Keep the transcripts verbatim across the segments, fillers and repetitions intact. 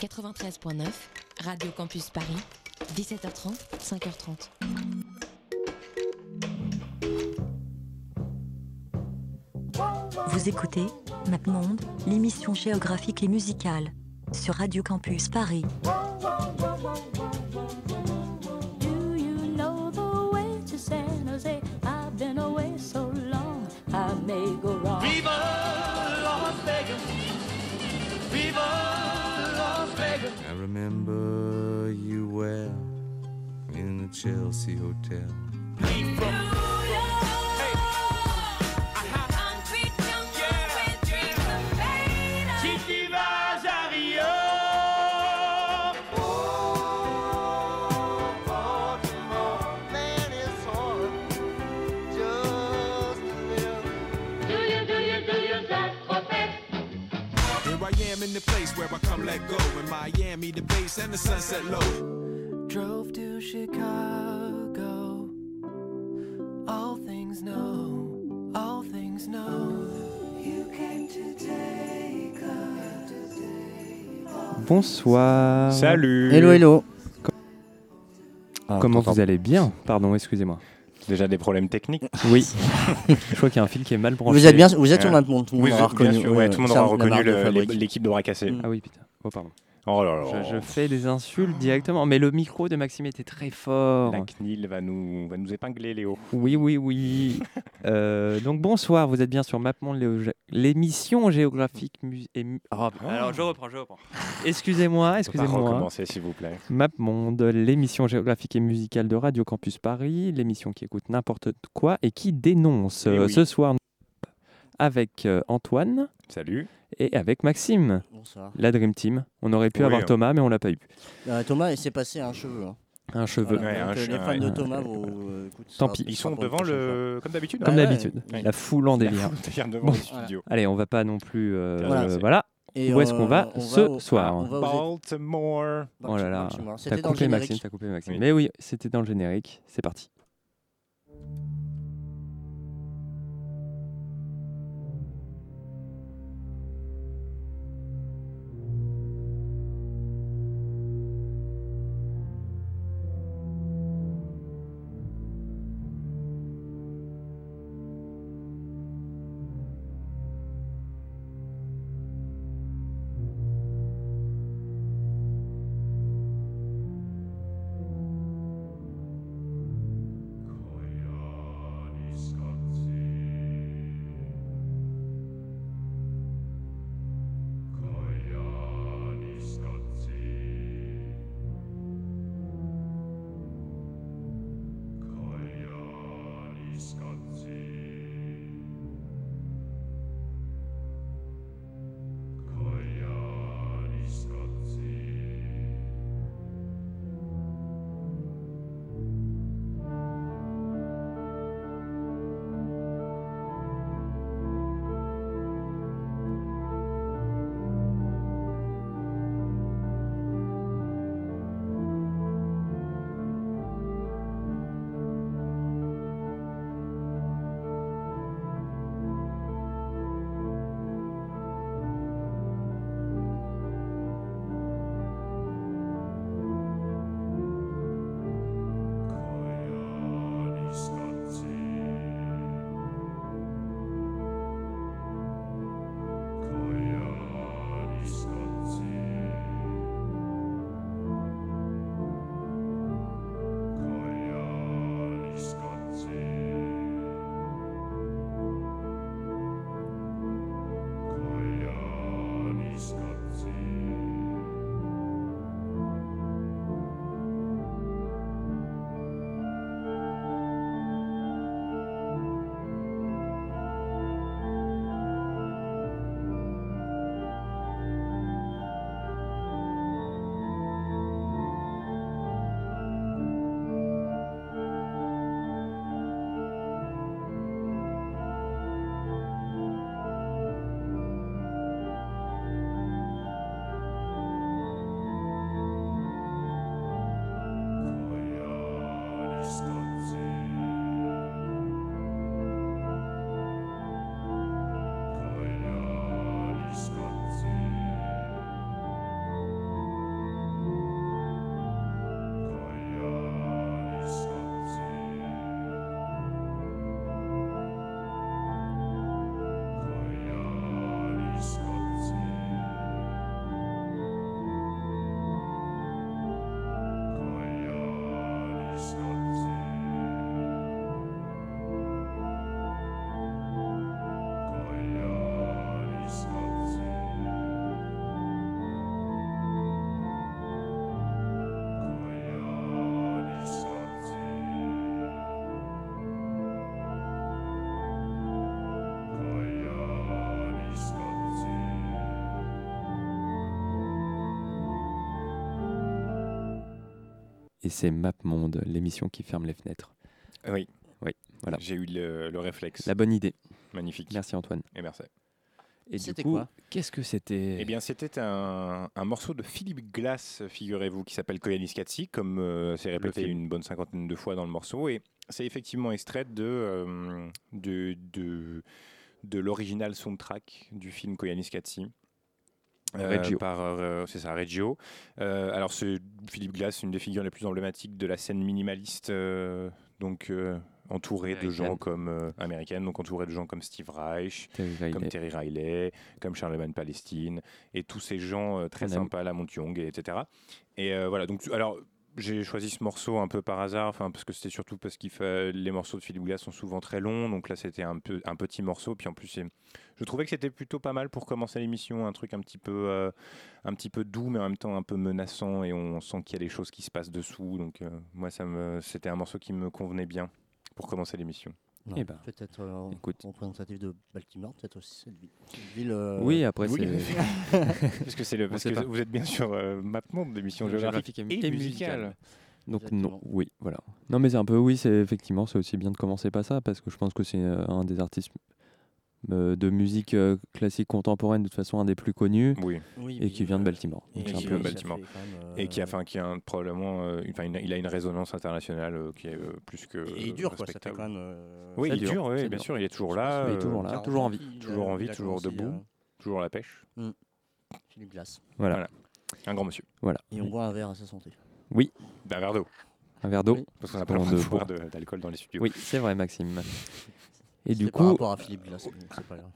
quatre-vingt-treize virgule neuf, Radio Campus Paris, dix-sept heures trente, cinq heures trente. Vous écoutez MapMonde, l'émission géographique et musicale, sur Radio Campus Paris. Do you know the way to San Jose? I've been away so long, I may go wrong. Viva Las Vegas! Viva Las Vegas! I remember you well in the Chelsea Hotel. We from in the place where I come let go in Miami, the bass and the sunset low. Drove to Chicago. All things know, all things know. You came to take us. Bonsoir. Salut. Hello, hello. Ah, Comment vous allez bien? Pardon, excusez-moi. Déjà des problèmes techniques. Oui. Je crois qu'il y a un fil qui est mal branché. Vous êtes bien, vous êtes sur ouais. MapMonde, tout le oui, monde aura reconnu. Sûr, ouais, tout le monde aura reconnu le, l'équipe de bras cassés. Ah oui, putain. Oh, pardon. Oh là là. Je, je fais des insultes directement, mais le micro de Maxime était très fort. La C N I L va nous, va nous épingler, Léo. Oui, oui, oui. euh, donc bonsoir, vous êtes bien sur MapMonde, Léo, l'émission géographique mu- et mu- oh, oh. Alors je reprends, je reprends. Excusez-moi, excusez-moi. On va recommencer, s'il vous plaît. MapMonde, l'émission géographique et musicale de Radio Campus Paris, l'émission qui écoute n'importe quoi et qui dénonce. Et oui. Ce soir, avec euh, Antoine. Salut. Et avec Maxime. Bonsoir. La Dream Team. On aurait pu oui, avoir hein. Thomas, mais on l'a pas eu. Euh, Thomas, il s'est passé un cheveu. Hein. Un cheveu. Voilà, ouais, donc, un euh, che- les fans ouais. de Thomas, vous, euh, écoute, Tant ça, pis. Ils sont devant le, comme d'habitude. Comme ouais, d'habitude. ouais. La foule en délire. Derrière devant Bon. le studio. Allez, on va pas non plus. Euh, Voilà. euh, voilà. Et Où est-ce euh, qu'on va on ce va au- soir? on va aux- Baltimore. Oh là là. Baltimore. T'as C'était dans le coupé générique. Maxime, t'as coupé Maxime. Oui. Mais oui, c'était dans le générique. C'est parti. et c'est MapMonde, l'émission qui ferme les fenêtres. Oui. Oui, voilà. J'ai eu le, le réflexe. La bonne idée. Magnifique. Merci Antoine. Et merci. Et C'était du coup, quoi qu'est-ce que c'était? Eh bien, c'était un, un morceau de Philippe Glass, figurez-vous, qui s'appelle Koyaanisqatsi, comme euh, c'est répété film. une bonne cinquantaine de fois dans le morceau. Et c'est effectivement extrait de, euh, de, de, de l'original soundtrack du film Koyaanisqatsi. Euh, Reggio. par, euh, c'est ça, Reggio. Euh, alors, c'est Philippe Glass, une des figures les plus emblématiques de la scène minimaliste, euh, donc euh, entouré de Américaine. gens comme euh, américaine, donc entouré de gens comme Steve Reich, Terry Riley. comme Terry Riley, comme Charlemagne Palestine, et tous ces gens euh, très On aime. sympas, la Young, et etc. Et euh, voilà. Donc, alors, j'ai choisi ce morceau un peu par hasard, enfin parce que c'était surtout parce que fa... les morceaux de Philippe Glass sont souvent très longs, donc là c'était un peu un petit morceau, puis en plus c'est... je trouvais que c'était plutôt pas mal pour commencer l'émission, un truc un petit peu euh, un petit peu doux, mais en même temps un peu menaçant, et on sent qu'il y a des choses qui se passent dessous, donc euh, moi ça me c'était un morceau qui me convenait bien pour commencer l'émission. Non, Eh ben, peut-être euh, écoute. représentatif de Baltimore, peut-être aussi cette ville. Cette ville euh, Oui, après Oui, c'est... parce que c'est le On parce sait que pas. vous êtes bien sur euh, MapMonde, l'émission géographique, Géographique et, et musicale. musicale. Donc Exactement. non, oui, voilà. Non mais c'est un peu, oui, c'est effectivement, c'est aussi bien de commencer par ça, parce que je pense que c'est euh, un des artistes euh, de musique euh, classique contemporaine, de toute façon un des plus connus, Oui. Oui, et oui, qui vient de euh, Baltimore. et Donc, qui c'est un qui peu- vient de ça Baltimore. fait quand même, Et qui a, euh, enfin, qui a un- probablement, euh, enfin, une- il a une résonance internationale euh, qui est euh, plus que Et il dure, quoi. Ça fait respectable. quand même. euh, Oui, Ça il dure, dure, oui, ça bien dure. sûr, il est toujours là, Il est euh, toujours là. quarante toujours en ans vie. qu'il a- toujours en vie, il a toujours commencé, debout, euh, toujours à la pêche. Philippe Glass. Voilà. Voilà. Un grand monsieur. Voilà. Et on boit un verre à sa santé. D'un verre d'eau, Un verre d'eau. Oui. parce qu'on n'a pas Pour le droit de de- boire de- d'alcool dans les studios. Oui, c'est vrai, Maxime. Et du C'est par coup... rapport à Philippe Glass, c'est pas grave.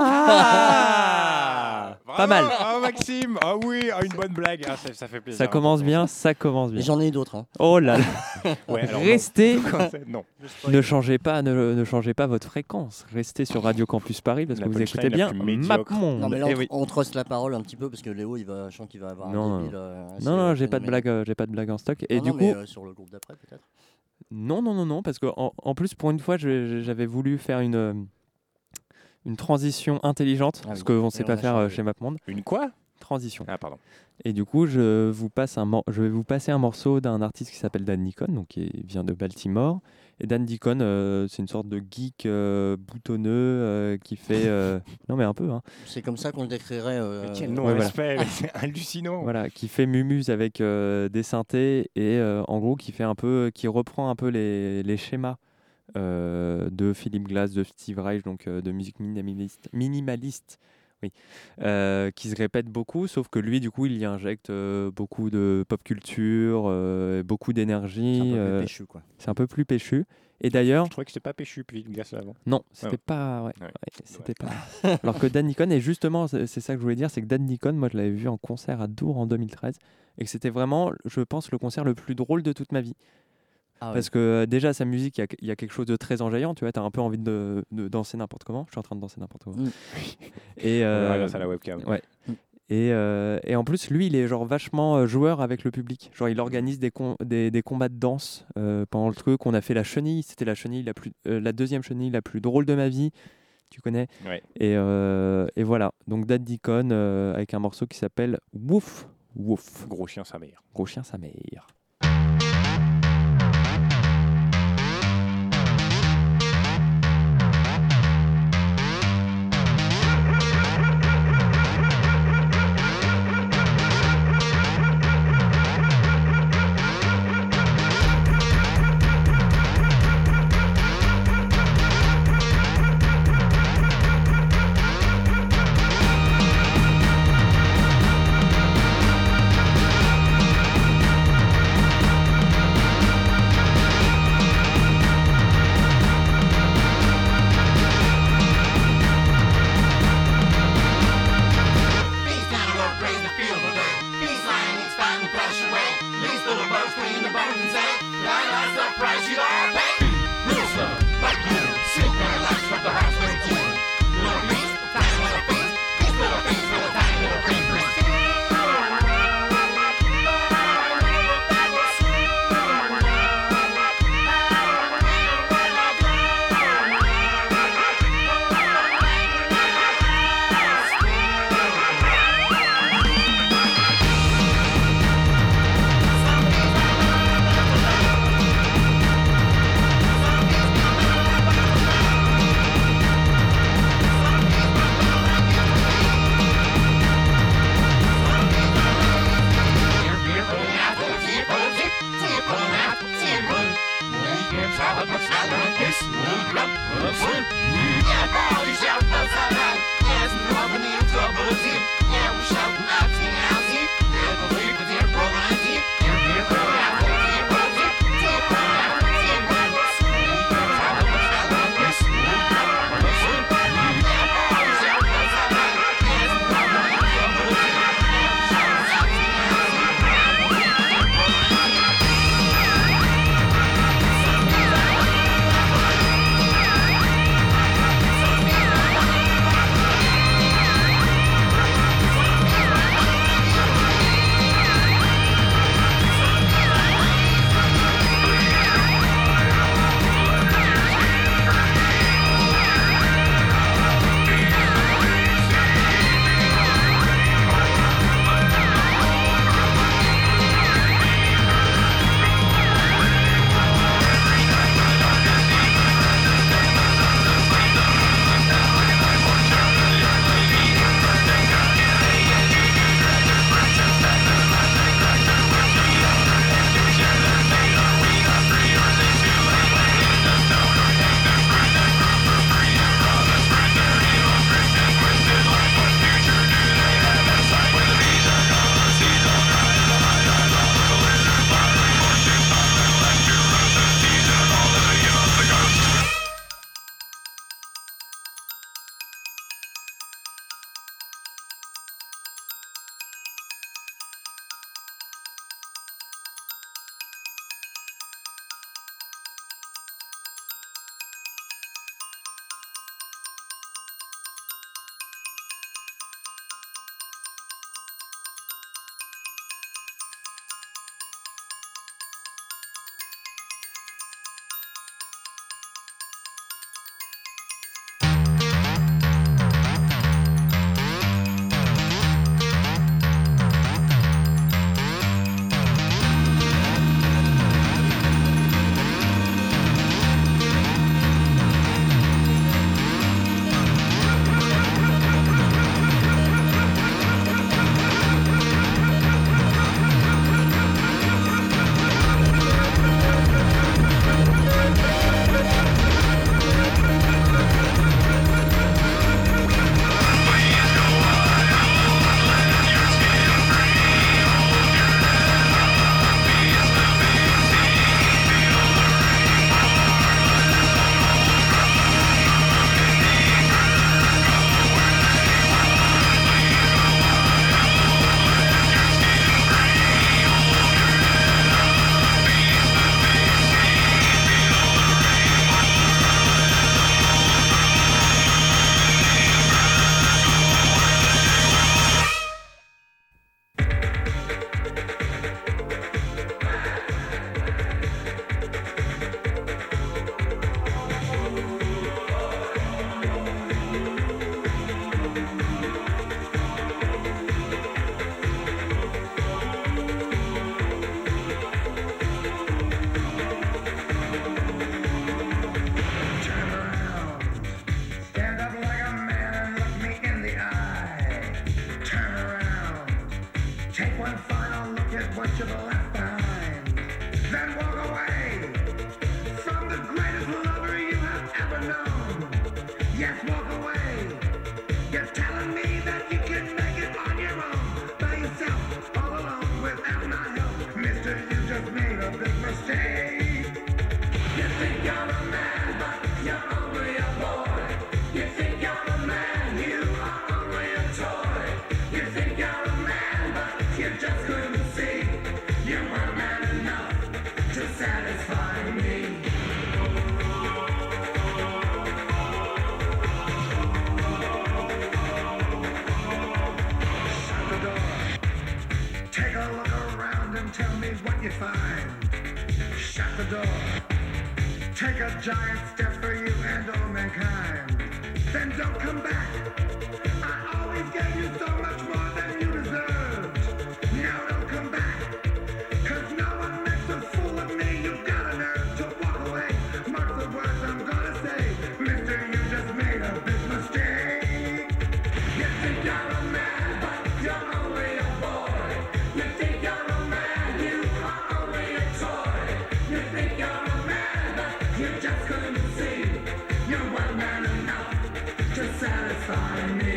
Ah Pas mal. Ah, Maxime. Ah oui, ah, une bonne blague. Ah, ça, ça fait plaisir. Ça commence bien, ça commence Et bien. j'en ai d'autres. Hein. Oh là là. Ouais, alors, Restez, non. non. ne changez pas, ne, ne changez pas votre fréquence. Restez sur Radio Campus Paris parce La que vous punchline écoutez la bien plus médiocre. MapMonde. Non, mais là, Eh on, oui. on truste la parole un petit peu parce que Léo, il va, je sens qu'il va avoir Non, un non, débile. euh, assez, Non, non, euh, j'ai pas de phénoménal. blague, euh, j'ai pas de blague en stock. Et Non, du non, coup, mais, euh, sur le groupe d'après, peut-être. non, non, non, non, parce que en, en plus pour une fois, je- j'avais voulu faire une euh, une transition intelligente, Ah parce oui. qu'on Et sait on pas a faire euh, changé. chez MapMonde. Une quoi? Transition. Ah, pardon. Et du coup, je vous passe un, mor- je vais vous passer un morceau d'un artiste qui s'appelle Dan Deacon, donc qui vient de Baltimore. Et Dan Deacon, euh, c'est une sorte de geek euh, boutonneux euh, qui fait, euh, non mais un peu, hein, C'est comme ça qu'on le décrirait. euh, Quel nom ouais, à voilà. respect, mais c'est hallucinant. voilà, qui fait mumuse avec euh, des synthés et euh, en gros qui fait un peu, qui reprend un peu les, les schémas euh, de Philippe Glass, de Steve Reich, donc euh, de musique minimaliste, minimaliste, oui, euh, qui se répète beaucoup, sauf que lui, du coup, il y injecte euh, beaucoup de pop culture, euh, beaucoup d'énergie. C'est un peu euh, plus péchu, quoi. c'est un peu plus péchu. Et d'ailleurs, Je trouvais que c'était pas péchu, puis Glace avant. non, c'était Ah. pas, ouais, Ouais. ouais, c'était pas. Alors que Dan Deacon, et justement, c'est c'est ça que je voulais dire, c'est que Dan Deacon, moi, je l'avais vu en concert à Dour en deux mille treize, et que c'était vraiment, je pense, le concert le plus drôle de toute ma vie. Ah ouais. Parce que euh, déjà, sa musique, il y a- il y, a quelque chose de très enjaillant, tu vois, t'as un peu envie de, de danser n'importe comment. Je suis en train de danser n'importe comment. Mm. Et, On euh, verra grâce à la webcam. ouais. Mm. Et, euh, et en plus, lui, il est genre vachement euh, joueur avec le public. Genre, il organise des, com- des, des combats de danse euh, pendant le truc. On a fait la chenille, c'était la chenille la plus, euh, la deuxième chenille la plus drôle de ma vie. Tu connais. Ouais. Et, euh, et voilà. Donc Dan Deacon euh, avec un morceau qui s'appelle Wouf Wouf. Gros chien, sa mère. Gros chien, sa mère. Some at what you've left behind. Then walk away from the greatest lover you have ever known. Yes, walk away. You're telling me that you can make it on your own, by yourself, all alone, without my help. Mister, you just made a big mistake. You think you're a man, but you're only a boy. You think you're a man, you are only a toy. You think you're a man, but you just couldn't see. You weren't man enough to satisfy me. Shut the door. Take a look around and tell me what you find. Shut the door. Take a giant step for you and all mankind. Then don't come back. I always gave you so much more than you deserved. Now don't come back. Cause no one makes a fool of me. You got a nerve to walk away. Mark the words I'm gonna say. Mister, you just made a big mistake. You think you're a man, but you're only a boy. You think you're a man, you are only a toy. You think you're a man, but you just couldn't see. You weren't man enough to satisfy me.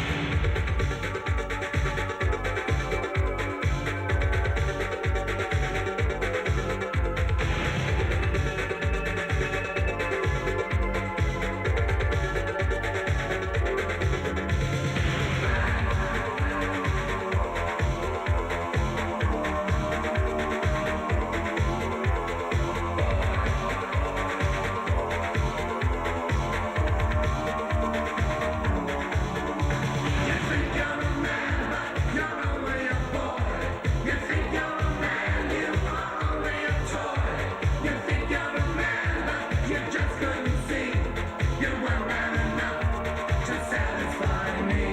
You think you're a man, but you're only a boy. You think you're a man, you are only a toy. You think you're a man, but you just couldn't see. You weren't man enough to satisfy me.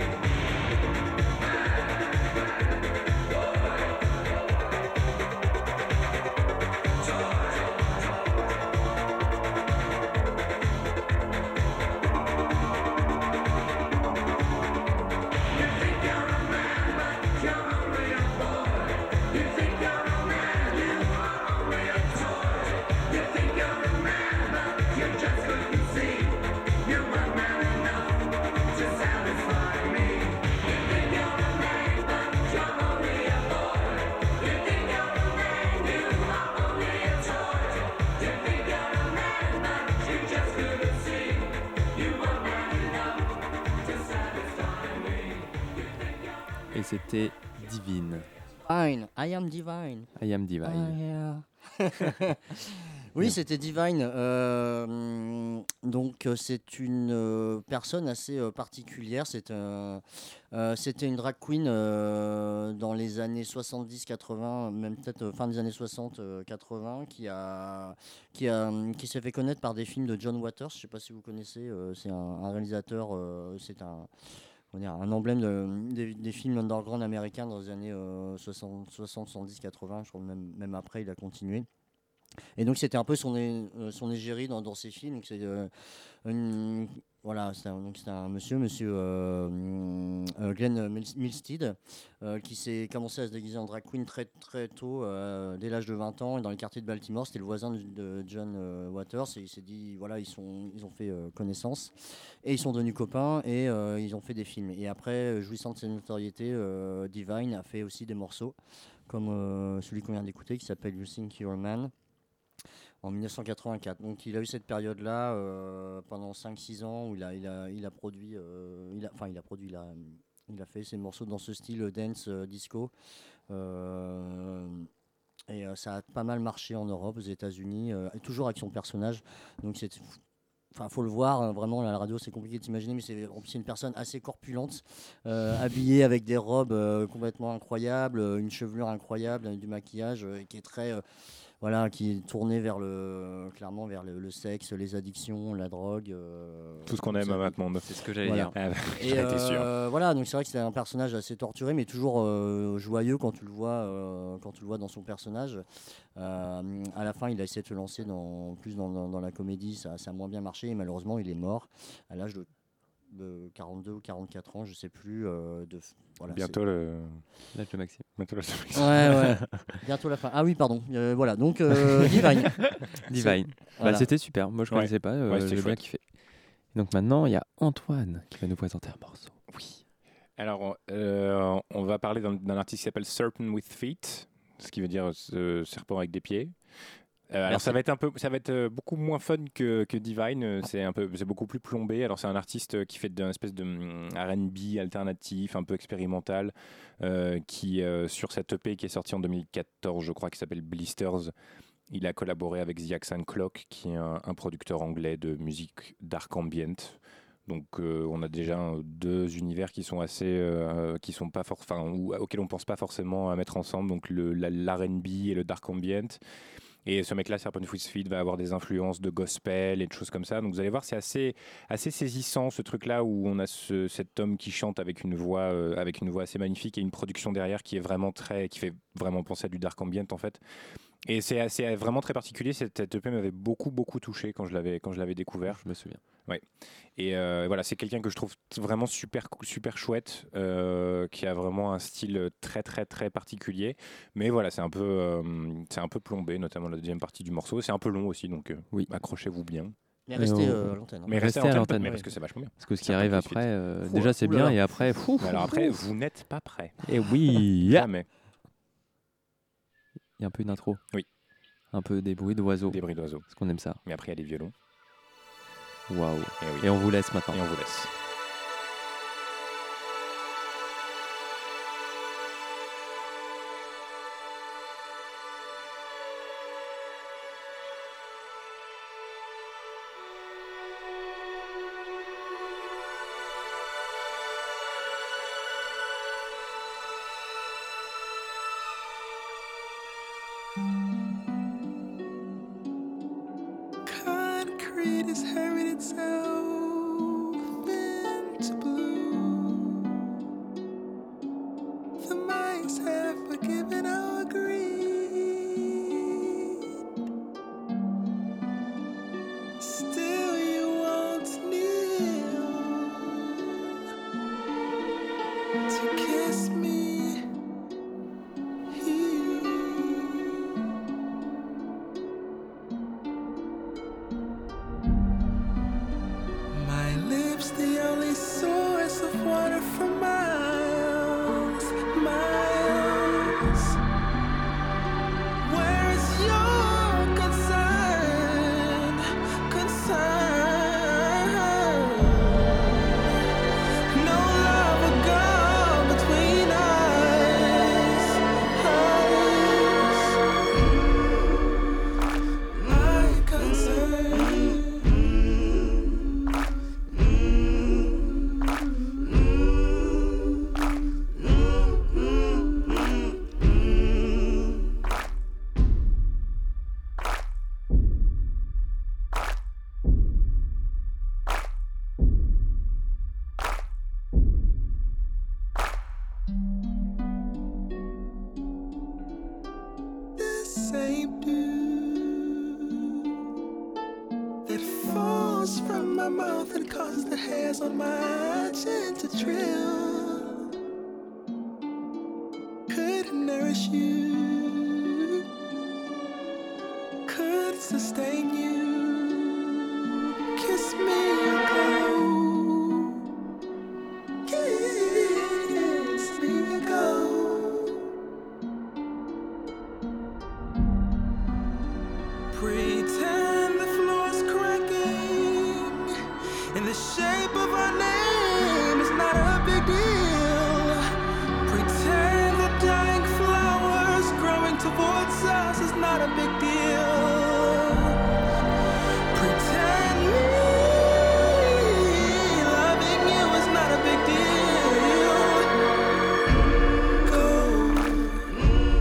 You think you're a man, but you're only a boy. You think you're a man, you are only a toy. You think you're a man, but you just couldn't see. You weren't man enough to satisfy me. You think you're a man, but you're only a boy. You think you're a man, you are only a toy. You think you're a man, but you just couldn't see. You weren't man enough to satisfy me. Et c'était Divine. Divine, I am divine. I am Divine. Ah, yeah. Oui, c'était Divine. Euh, donc, euh, c'est une euh, personne assez euh, particulière. C'est un- euh, C'était une drag queen euh, dans les années soixante-dix quatre-vingts, même peut-être euh, fin des années soixante quatre-vingts, qui, a, qui, a, qui s'est fait connaître par des films de John Waters. Je ne sais pas si vous connaissez. euh, c'est un, un réalisateur. euh, c'est un. On va dire, un emblème de- des, des films underground américains dans les années euh, soixante, soixante-dix, quatre-vingts, je crois même, même après il a continué. Et donc c'était un peu son, é- euh, son égérie dans, dans ses films. Donc c'est euh, une- voilà, c'est un, donc c'est un monsieur, monsieur euh, euh, Glenn Mil- Milstead, euh, qui s'est commencé à se déguiser en drag queen très très tôt, euh, dès l'âge de vingt ans, et dans les quartiers de Baltimore. C'était le voisin de, de John euh, Waters, et il s'est dit voilà, ils sont, ils ont fait euh, connaissance, et ils sont devenus copains, et euh, ils ont fait des films. Et après, euh, jouissant de sa notoriété, euh, Divine a fait aussi des morceaux, comme euh, celui qu'on vient d'écouter, qui s'appelle You Think You're a Man, en mille neuf cent quatre-vingt-quatre. Donc il a eu cette période-là euh, pendant cinq six ans où il a, il a, il a produit, euh, il a, enfin il a produit, il a, il a fait ses morceaux dans ce style euh, dance, euh, disco. Euh, et euh, ça a pas mal marché en Europe, aux États-Unis, euh, et toujours avec son personnage. Donc c'est, enfin faut le voir, hein, vraiment à la radio c'est compliqué de s'imaginer, mais c'est, c'est une personne assez corpulente, euh, habillée avec des robes euh, complètement incroyables, euh, une chevelure incroyable, du maquillage, euh, qui est très euh, voilà, qui est tourné vers le, clairement vers le, le sexe, les addictions, la drogue. euh, Tout ce qu'on aime ça- à Matmonde. C'est ce que j'allais Voilà. dire. Ah, bah, Et j'en étais sûr. euh, voilà, donc c'est vrai que c'est un personnage assez torturé, mais toujours euh, joyeux quand tu le vois, euh, quand tu le vois dans son personnage. Euh, à la fin, il a essayé de se lancer dans plus dans, dans- dans la comédie, ça, ça a moins bien marché, et malheureusement, il est mort à l'âge de de quarante-deux ou quarante-quatre ans, je sais plus. euh, de, f- voilà, Bientôt c'est- le. L'âge de Maxime. Bientôt l'âge de Maxime. Ouais, ouais. Bientôt la fin. Ah oui, pardon. Euh, voilà, donc euh, Divine. Divine. C'est- Bah, voilà. C'était super. Moi, je Ouais. connaissais pas. euh, Ouais, c'était J'ai bien chouette. kiffé. Donc maintenant, il y a Antoine qui va nous présenter un morceau. Oui. Alors, euh, on va parler d'un, d'un artiste qui s'appelle Serpent with Feet, ce qui veut dire euh, serpent avec des pieds. Euh, alors Merci. ça va être un peu, ça va être euh, beaucoup moins fun que, que Divine. euh, C'est un peu, c'est beaucoup plus plombé. Alors c'est un artiste euh, qui fait d'une espèce de hum, R and B alternatif, un peu expérimental, euh, qui euh, sur cette E P qui est sortie en deux mille quatorze, je crois, qui s'appelle Blisters. Il a collaboré avec The Accent Clock, qui est un, un producteur anglais de musique dark ambient. Donc euh, on a déjà euh, deux univers qui sont assez, euh, qui sont pas for- enfin, ou- auxquels on pense pas forcément à mettre ensemble. Donc le la- l'R and B et le dark ambient. Et ce mec-là, Serpent with Feet, va avoir des influences de gospel et de choses comme ça. Donc vous allez voir, c'est assez, assez saisissant ce truc-là où on a ce- cet homme qui chante avec une voix, euh, avec une voix assez magnifique et une production derrière qui est vraiment très, qui fait vraiment penser à du dark ambient en fait. Et c'est assez, vraiment très particulier. Cette cette E P m'avait beaucoup, beaucoup touché quand je l'avais, quand je l'avais découvert. Je me souviens. Ouais. Et euh, voilà, c'est quelqu'un que je trouve vraiment super, cou- super chouette, euh, qui a vraiment un style très, très, très particulier. Mais voilà, c'est un peu, euh, c'est un peu plombé, notamment la deuxième partie du morceau. C'est un peu long aussi, donc euh, Oui. accrochez-vous bien. Mais Et restez on- euh, à l'antenne. hein. Mais restez à Restez à l'antenne, l'antenne, mais ouais. parce que c'est vachement bien. Parce que ce qui Serpent arrive with après, Feet. euh, Ouh, déjà c'est oulala. bien et après, fou. Mais alors après, vous n'êtes pas prêts. Et oui, Jamais. il y a un peu une intro. Oui. Un peu des bruits d'oiseaux. Des bruits d'oiseaux. Parce qu'on aime ça. Mais après, il y a les violons. Waouh. Et oui. Et on vous laisse maintenant. Et on vous laisse. Concrete has hurried itself into blue. The mice have forgiven our greed. Still, you won't kneel to kiss me. My lips, the only source of water for miles, miles. Where is your concern, concern? No love will go between us, us. My concern. The same dew that falls from my mouth and causes the hairs on my chin to trill could nourish you, could sustain you. Kiss me go, kiss me go. Pretend the floor's cracking and the shape of our name is not a big deal. Pretend the dying flowers growing towards us is not a big deal. Pretend me loving you is not a big deal. Go.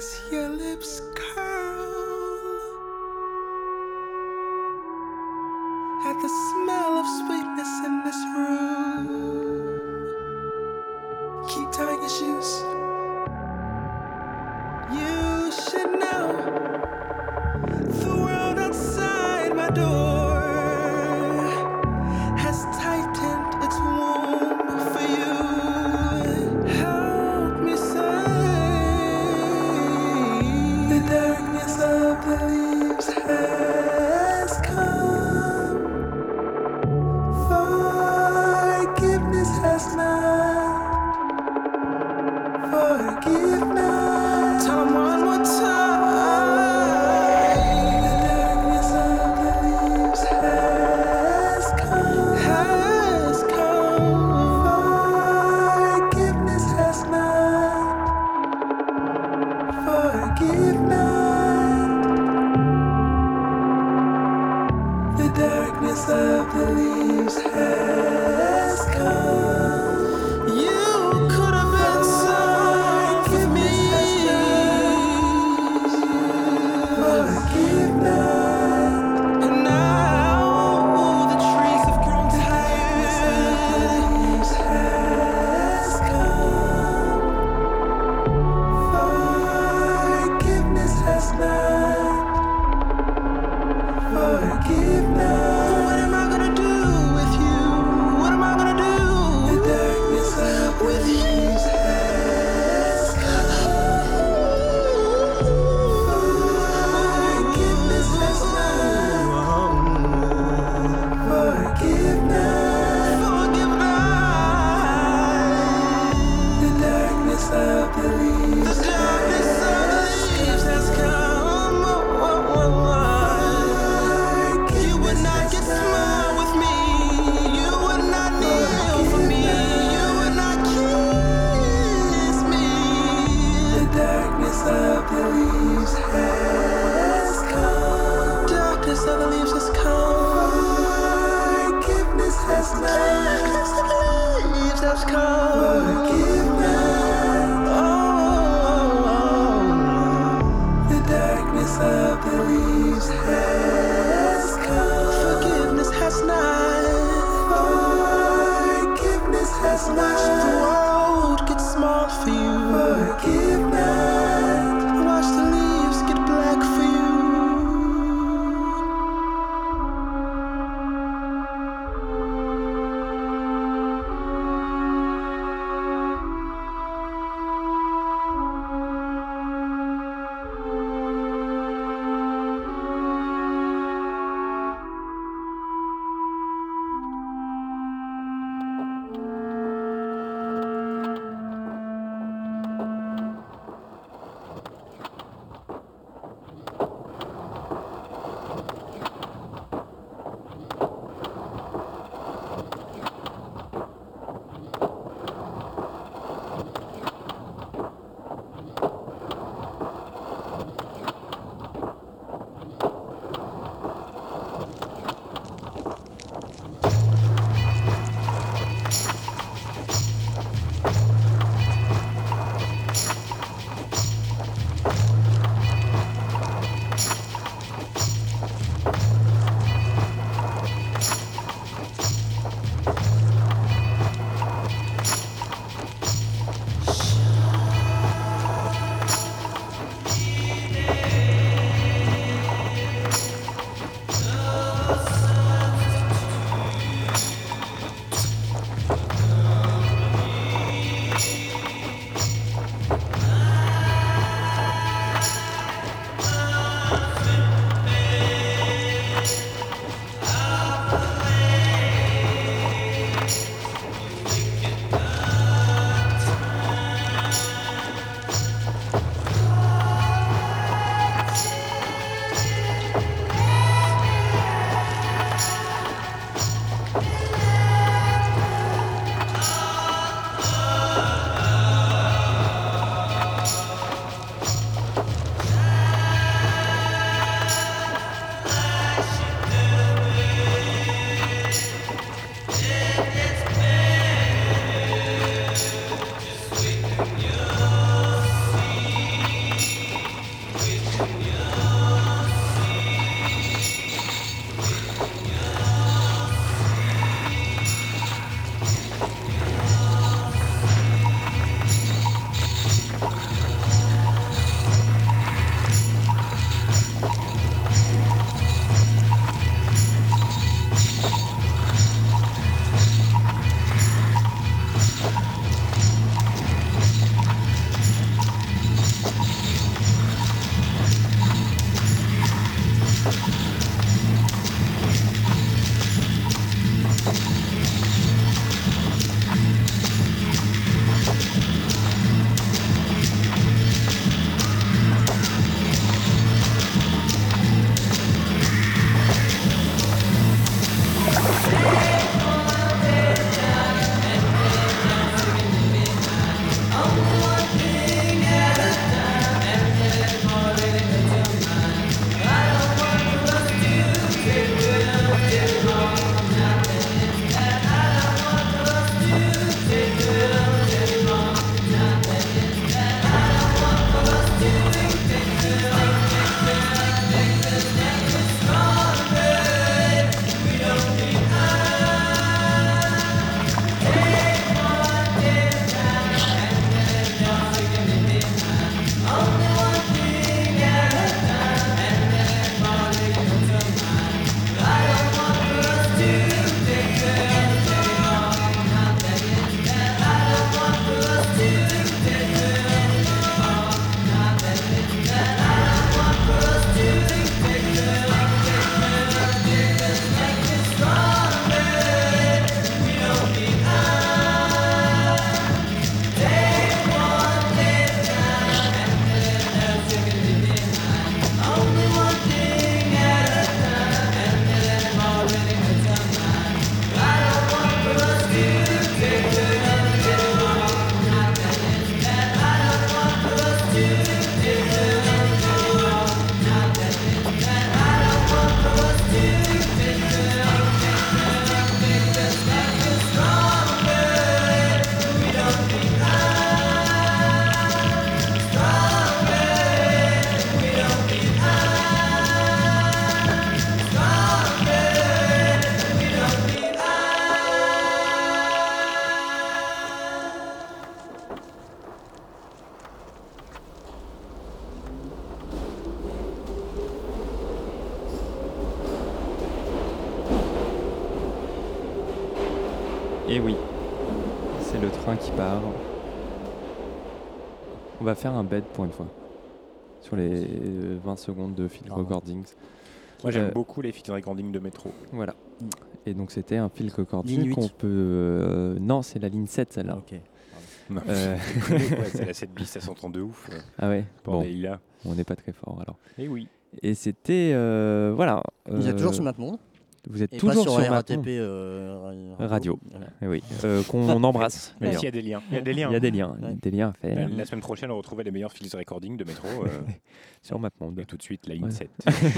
as your lips curl at the smell of sweetness in this room. Keep tying your shoes. You should know the world outside my door has tightened its womb for you. Help me say the darkness of the leaves has come. Forgiveness has not. Forgiveness. Tell 'em one more time. The darkness of the leaves has come. Has come. Forgiveness has not. Forgiveness. The darkness of the leaves has come. You could have been soft with me. Forgiveness. And now the trees have grown tired. The leaves has come. Forgiveness has not. Forgiveness. What am I gonna do with you? What am I gonna do? The darkness of the leaves has come. Forgiveness has not. Forgiveness. Forgiveness. The darkness of the leaves. The darkness of the leaves has come. You would not get smart with me. You would not kneel for me. You would not kiss me. The darkness of the leaves has come. Darkness of the leaves has come. Forgiveness has not. Darkness of the leaves has come. Forgiveness. Oh, the darkness of the leaves has come. Forgiveness has not. Forgiveness has not. Watch the world get small for you. Forgiveness. Watch the leaves get black for you. Et oui, c'est le train qui part. On va faire un bed pour une fois. Sur les vingt secondes de field recordings. Moi j'aime Euh, beaucoup les field recordings de métro. Voilà. Et donc c'était un field recording Ligne huit. qu'on peut... euh, non, c'est la ligne sept celle-là. Ok. Non, Euh, ouais, c'est la sept bis, ça s'entend de ouf. euh, Ah ouais, Pour bon, des lilas. on n'est pas très fort alors. Et oui. Et c'était... euh, voilà. Vous êtes euh, toujours sur MapMonde. Vous êtes Et toujours pas sur, sur R A T MapMonde. P euh, ra- Radio. Voilà. Eh oui, euh, qu'on embrasse. Même d'ailleurs. s'il y a des liens. Il y a des liens. Il y a des liens, Ouais. des liens à faire La, la semaine prochaine, on retrouvait les meilleurs field recordings de métro. euh, sur MapMonde. et tout de suite, la ligne Ouais. sept.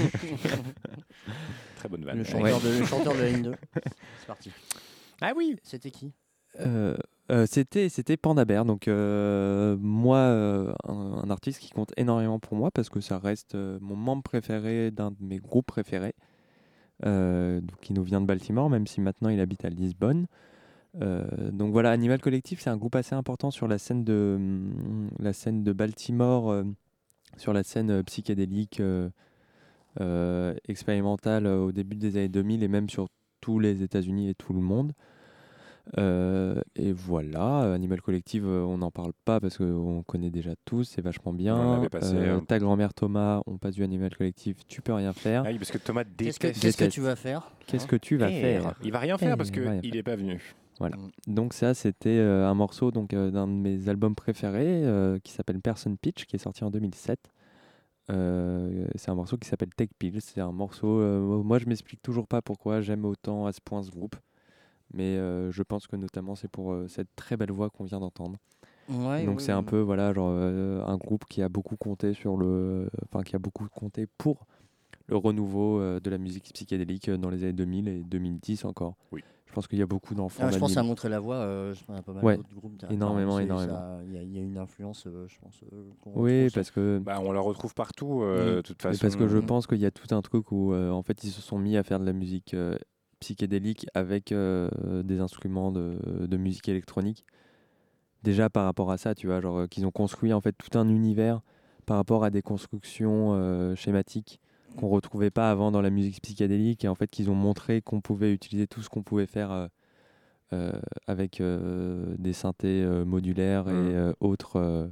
Très bonne vanne. Le Ouais. chanteur, de, le chanteur de la ligne deux. C'est parti. Ah oui. C'était qui Euh, euh, c'était c'était Panda Bear, donc euh, moi euh, un, un artiste qui compte énormément pour moi parce que ça reste euh, mon membre préféré d'un de mes groupes préférés, euh, donc qui nous vient de Baltimore, même si maintenant il habite à Lisbonne. Euh, donc voilà, Animal Collective, c'est un groupe assez important sur la scène de hum, la scène de Baltimore, euh, sur la scène euh, psychédélique euh, euh, expérimentale euh, au début des années deux mille et même sur tous les États-Unis et tout le monde. Euh, et voilà, Animal Collective, euh, on n'en parle pas parce qu'on connaît déjà tous, c'est vachement bien. On l'avait passé, Euh, euh. Ta grand-mère Thomas, on passe du Animal Collective, tu peux rien faire. Ah oui, parce que Thomas Qu'est-ce que, déteste. qu'est-ce que Déteste. tu vas faire Qu'est-ce que tu vas Eh, faire Il va rien faire parce Eh, il va rien qu'il faire. n'est pas venu. Voilà. Mm. Donc ça, c'était euh, un morceau donc euh, d'un de mes albums préférés euh, qui s'appelle Person Pitch, qui est sorti en deux mille sept. Euh, c'est un morceau qui s'appelle Take Pills. C'est un morceau. euh, moi, je m'explique toujours pas pourquoi j'aime autant à ce point ce groupe, mais euh, je pense que notamment c'est pour euh, cette très belle voix qu'on vient d'entendre. Ouais, Donc ouais, c'est un ouais. peu voilà genre euh, un groupe qui a beaucoup compté sur le, enfin qui a beaucoup compté pour le renouveau euh, de la musique psychédélique euh, dans les années deux mille et deux mille dix encore. Oui. Je pense qu'il y a beaucoup d'enfants. Ah, je pense que ça a d'anime. montré la voix. Euh, je pense à pas mal Ouais, d'autres groupes. Enfin, énormément, c'est- énormément. ça- Il y, a- il y a une influence, euh, je pense. euh, qu'on Oui, retrouve parce que Bah, on la retrouve partout, euh, Mm. de toute mais façon. parce que je Mm. pense qu'il y a tout un truc où euh, en fait ils se sont mis à faire de la musique euh, psychédélique avec euh, des instruments de, de musique électronique. Déjà par rapport à ça, tu vois, genre euh, qu'ils ont construit en fait tout un univers par rapport à des constructions euh, schématiques qu'on retrouvait pas avant dans la musique psychédélique et en fait qu'ils ont montré qu'on pouvait utiliser tout ce qu'on pouvait faire euh, euh, avec euh, des synthés euh, modulaires Mm. et euh, autres euh,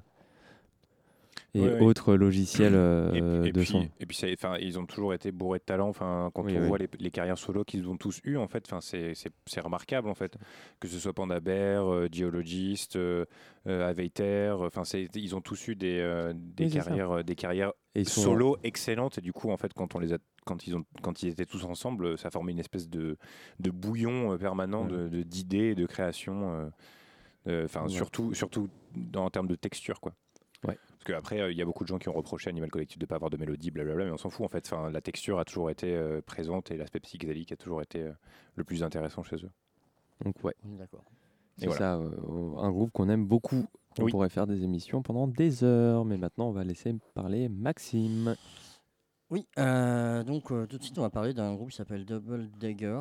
et Ouais, ouais. autres logiciels Et, euh, et de puis, son. et puis ça- enfin, ils ont toujours été bourrés de talent. Enfin, quand Oui, on oui. voit les, les carrières solo qu'ils ont tous eues, en fait, enfin, c'est, c'est, c'est remarquable, en fait. Que ce soit Panda Bear, euh, Geologist, euh, euh, Aveiter, enfin, c'est, ils ont tous eu des, euh, des Oui, c'est ça. carrières, euh, des carrières Et ils sont- solo excellentes. Et du coup, en fait, quand on les a, quand ils ont, quand ils étaient tous ensemble, ça formait une espèce de, de bouillon euh, permanent Ouais. de, de- d'idées et de création. euh, euh, Enfin, Ouais. surtout, surtout dans, en termes de texture, quoi. Ouais. Parce qu'après, il y a beaucoup de gens qui ont reproché à Animal Collective de ne pas avoir de mélodie, blablabla, mais on s'en fout en fait. Enfin, la texture a toujours été euh, présente et l'aspect psychédélique a toujours été euh, le plus intéressant chez eux. Donc ouais, On est D'accord. c'est voilà. ça, euh, un groupe qu'on aime beaucoup. On Oui. pourrait faire des émissions pendant des heures, mais maintenant on va laisser parler Maxime. Oui, euh, donc euh, tout de suite on va parler d'un groupe qui s'appelle Double Dagger.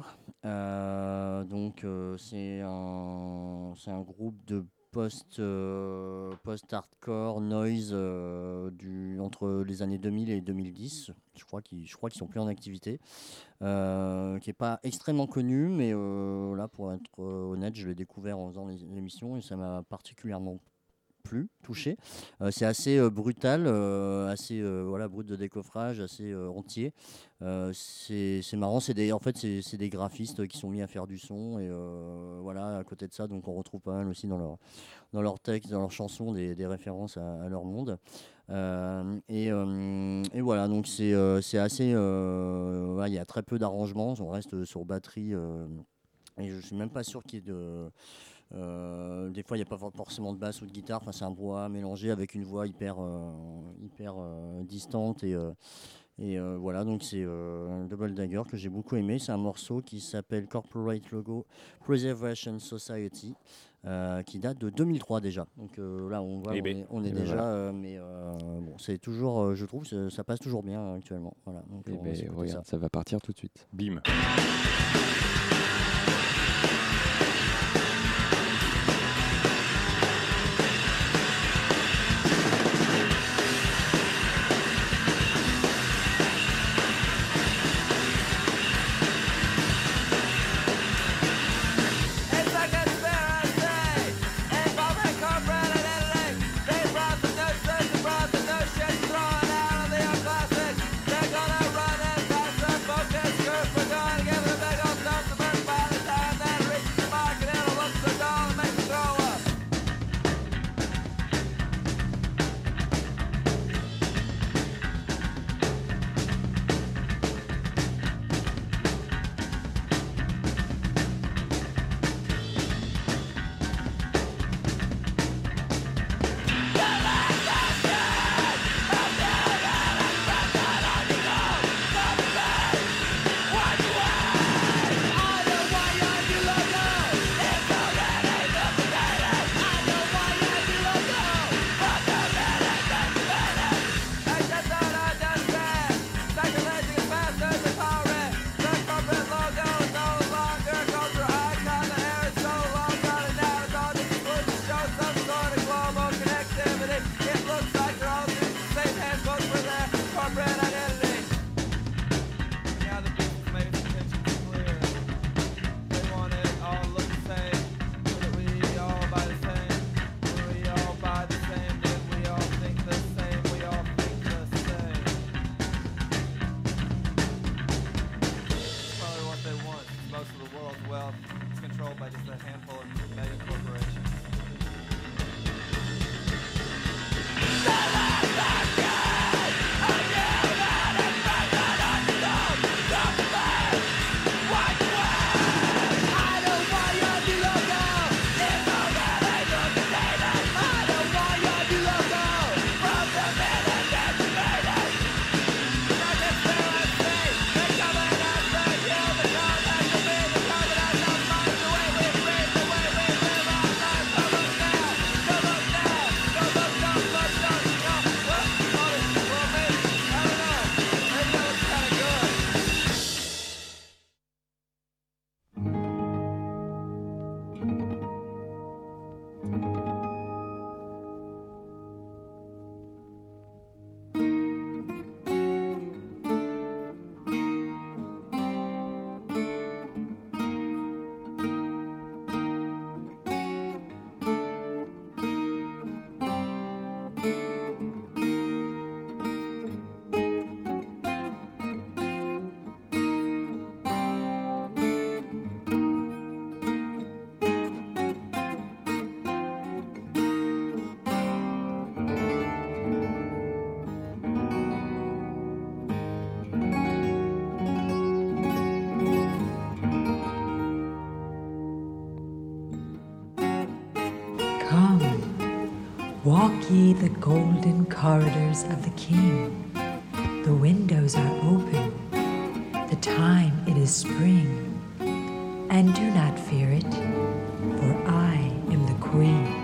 Euh, donc euh, c'est un, c'est un groupe de post, euh, post-hardcore noise euh, du, entre les années deux mille et deux mille dix. Je crois qu'ils, je crois qu'ils sont plus en activité. Euh, qui n'est pas extrêmement connu, mais euh, là pour être euh, honnête, je l'ai découvert en faisant les- l'émission et ça m'a particulièrement plu, touché. Euh, c'est assez euh, brutal, euh, assez euh, voilà, brut de décoffrage, assez euh, entier. Euh, c'est c'est marrant, c'est des, en fait c'est c'est des graphistes qui sont mis à faire du son et euh, voilà, à côté de ça, donc on retrouve pas mal aussi dans leur dans leurs textes, dans leurs chansons, des, des références à, à leur monde. Euh, et, euh, et voilà, donc c'est euh, c'est assez, euh, voilà, il y a très peu d'arrangements, on reste sur batterie euh, et je suis même pas sûr qu'il y ait de Euh, des fois, il n'y a pas forcément de basse ou de guitare. Enfin, c'est un brouhaha mélangé avec une voix hyper, euh, hyper euh, distante. Et, euh, et euh, voilà, donc c'est euh, Double Dagger que j'ai beaucoup aimé. C'est un morceau qui s'appelle Corporate Logo Preservation Society, euh, qui date de deux mille trois déjà. Donc euh, là, on voit, Eh on ben. est, on est Eh ben déjà. voilà. euh, mais euh, bon, c'est toujours, euh, je trouve, ça, ça passe toujours bien euh, actuellement. Voilà, donc Et on va ben, s'écouter regarde, ça. ça va partir tout de suite. Bim. As I got Walk ye the golden corridors of the King. The windows are open. The time it is spring. And do not fear it, for I am the Queen.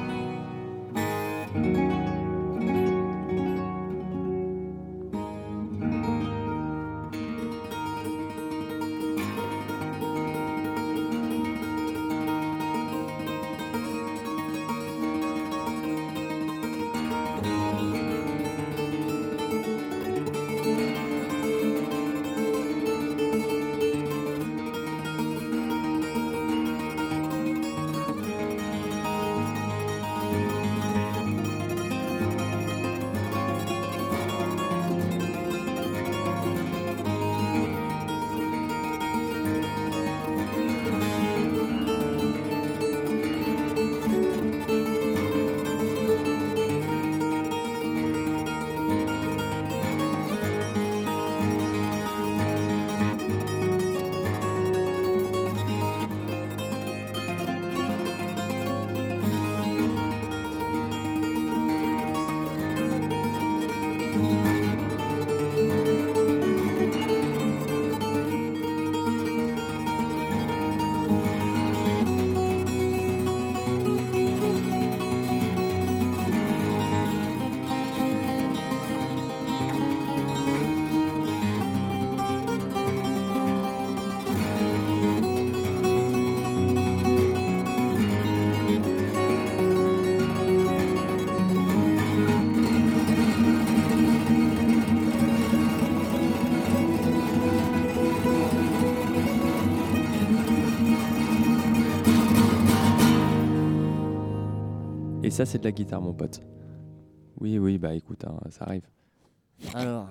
Et ça, c'est de la guitare, mon pote. Oui, oui, bah écoute, hein, ça arrive. Alors.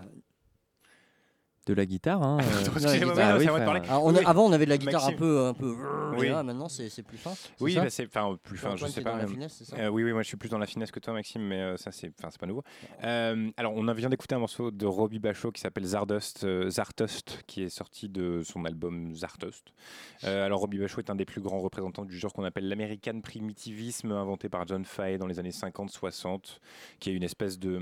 De la guitare, hein. Euh... Excusez-moi, bah, oui, Alors, on a, avant, on avait de la guitare Maxime. un peu, un peu. Oui. Là, maintenant, c'est, c'est plus fin. C'est oui, ça bah, c'est enfin plus fin. Je sais pas. Dans la finesse, c'est ça euh, oui, oui, moi, je suis plus dans la finesse que toi, Maxime, mais euh, ça, c'est, enfin, c'est pas nouveau. Euh, alors, on vient d'écouter un morceau de Robbie Bachot qui s'appelle Zardust, euh, Zartust, qui est sorti de son album Zartust. Euh, alors, Robbie Bachot est un des plus grands représentants du genre qu'on appelle l'American primitivisme, inventé par John Fahey dans les années cinquante soixante, qui est une espèce de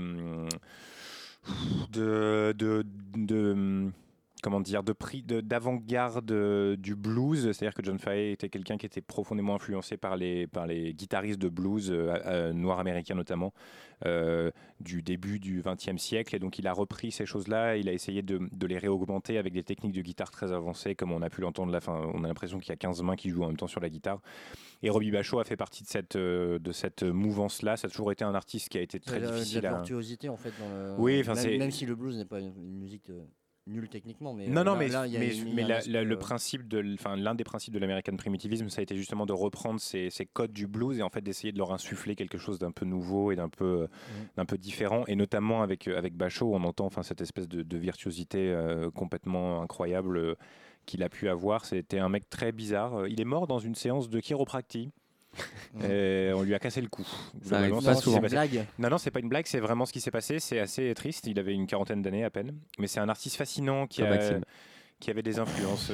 de de, de, de comment dire, de prix de, d'avant-garde euh, du blues, c'est-à-dire que John Fahey était quelqu'un qui était profondément influencé par les, par les guitaristes de blues, euh, euh, noirs américains notamment, euh, du début du vingtième siècle, et donc il a repris ces choses-là, il a essayé de, de les réaugmenter avec des techniques de guitare très avancées, comme on a pu l'entendre là, fin, on a l'impression qu'il y a quinze mains qui jouent en même temps sur la guitare, et Robbie Bachot a fait partie de cette, euh, de cette mouvance-là. Ça a toujours été un artiste qui a été très il y a, difficile il y a de à... virtuosité en fait dans le... oui, même, c'est... même si le blues n'est pas une, une musique de... nul techniquement, mais non, euh, non, là, mais, là, y a mais, une, mais la, aspect, la, le euh... principe de, enfin, l'un des principes de l'American primitivisme, ça a été justement de reprendre ces, ces codes du blues et en fait d'essayer de leur insuffler quelque chose d'un peu nouveau et d'un peu, mmh. d'un peu différent. Et notamment avec avec Bachot, on entend, enfin, cette espèce de, de virtuosité euh, complètement incroyable euh, qu'il a pu avoir. C'était un mec très bizarre. Il est mort dans une séance de chiropractie. Et on lui a cassé le cou. Ça arrive pas souvent. C'est une blague. Non, non, c'est pas une blague, c'est vraiment ce qui s'est passé. C'est assez triste. Il avait une quarantaine d'années à peine, mais c'est un artiste fascinant qui, a, qui avait des influences.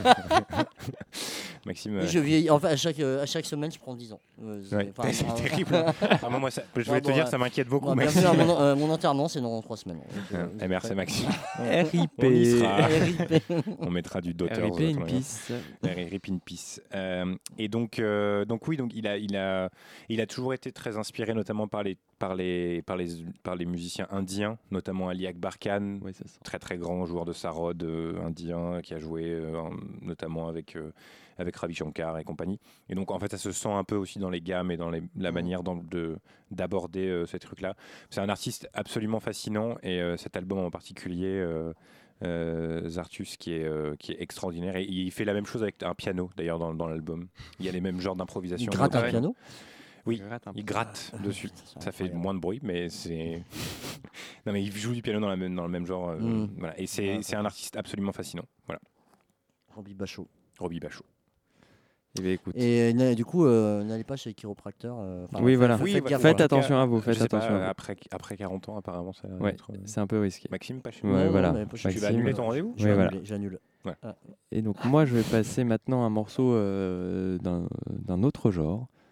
Maxime. Oui, je vieillis. Enfin, à chaque à chaque semaine, je prends dix ans. Euh, c'est, ouais, enfin, c'est euh, terrible. Vraiment, moi, ça, je voulais bon, te bon, dire, ça m'inquiète beaucoup. Bon, Maxime. Bienvenue à mon, euh, mon enterrement, c'est dans trois semaines. Donc, euh, et merci Maxime. R I P. On y sera. On mettra du Daughters. R I P in peace. R I P in peace. Euh, et donc, euh, donc oui, donc il a, il a, il a toujours été très inspiré, notamment par les, par les, par les, par les musiciens indiens, notamment Ali Akbar Khan, oui, très très grand joueur de sarod euh, indien qui a joué euh, notamment avec euh, avec Ravi Shankar et compagnie. Et donc en fait, ça se sent un peu aussi dans les gammes et dans les, la manière dans, de d'aborder euh, ces trucs-là. C'est un artiste absolument fascinant et euh, cet album en particulier. Euh, Euh, Zartus qui est, euh, qui est extraordinaire et il fait la même chose avec un piano d'ailleurs dans, dans l'album. Il y a les mêmes genres d'improvisation. Il gratte un piano ? Oui, il gratte, il gratte dessus. Ça, ça fait moins de bruit, mais c'est. Non, mais il joue du piano dans, la même, dans le même genre. Euh, mm. Voilà. Et c'est, c'est un artiste absolument fascinant. Voilà. Robbie Bachot. Robbie Bachot. Eh bien, écoute. Et, et du coup, euh, n'allez pas chez le chiropracteur. Euh, oui, voilà. Faites, oui, faites, bah, faites attention à vous. Faites attention. Pas, à vous. Après, après quarante ans, apparemment, ça va ouais, être, euh... c'est un peu risqué. Maxime, pas chez moi. Ouais, non, voilà. non, tu vas annuler ton rendez-vous. Oui, voilà. J'annule. Ouais. Ah. Et donc, moi, je vais passer maintenant un morceau euh, d'un, d'un autre genre,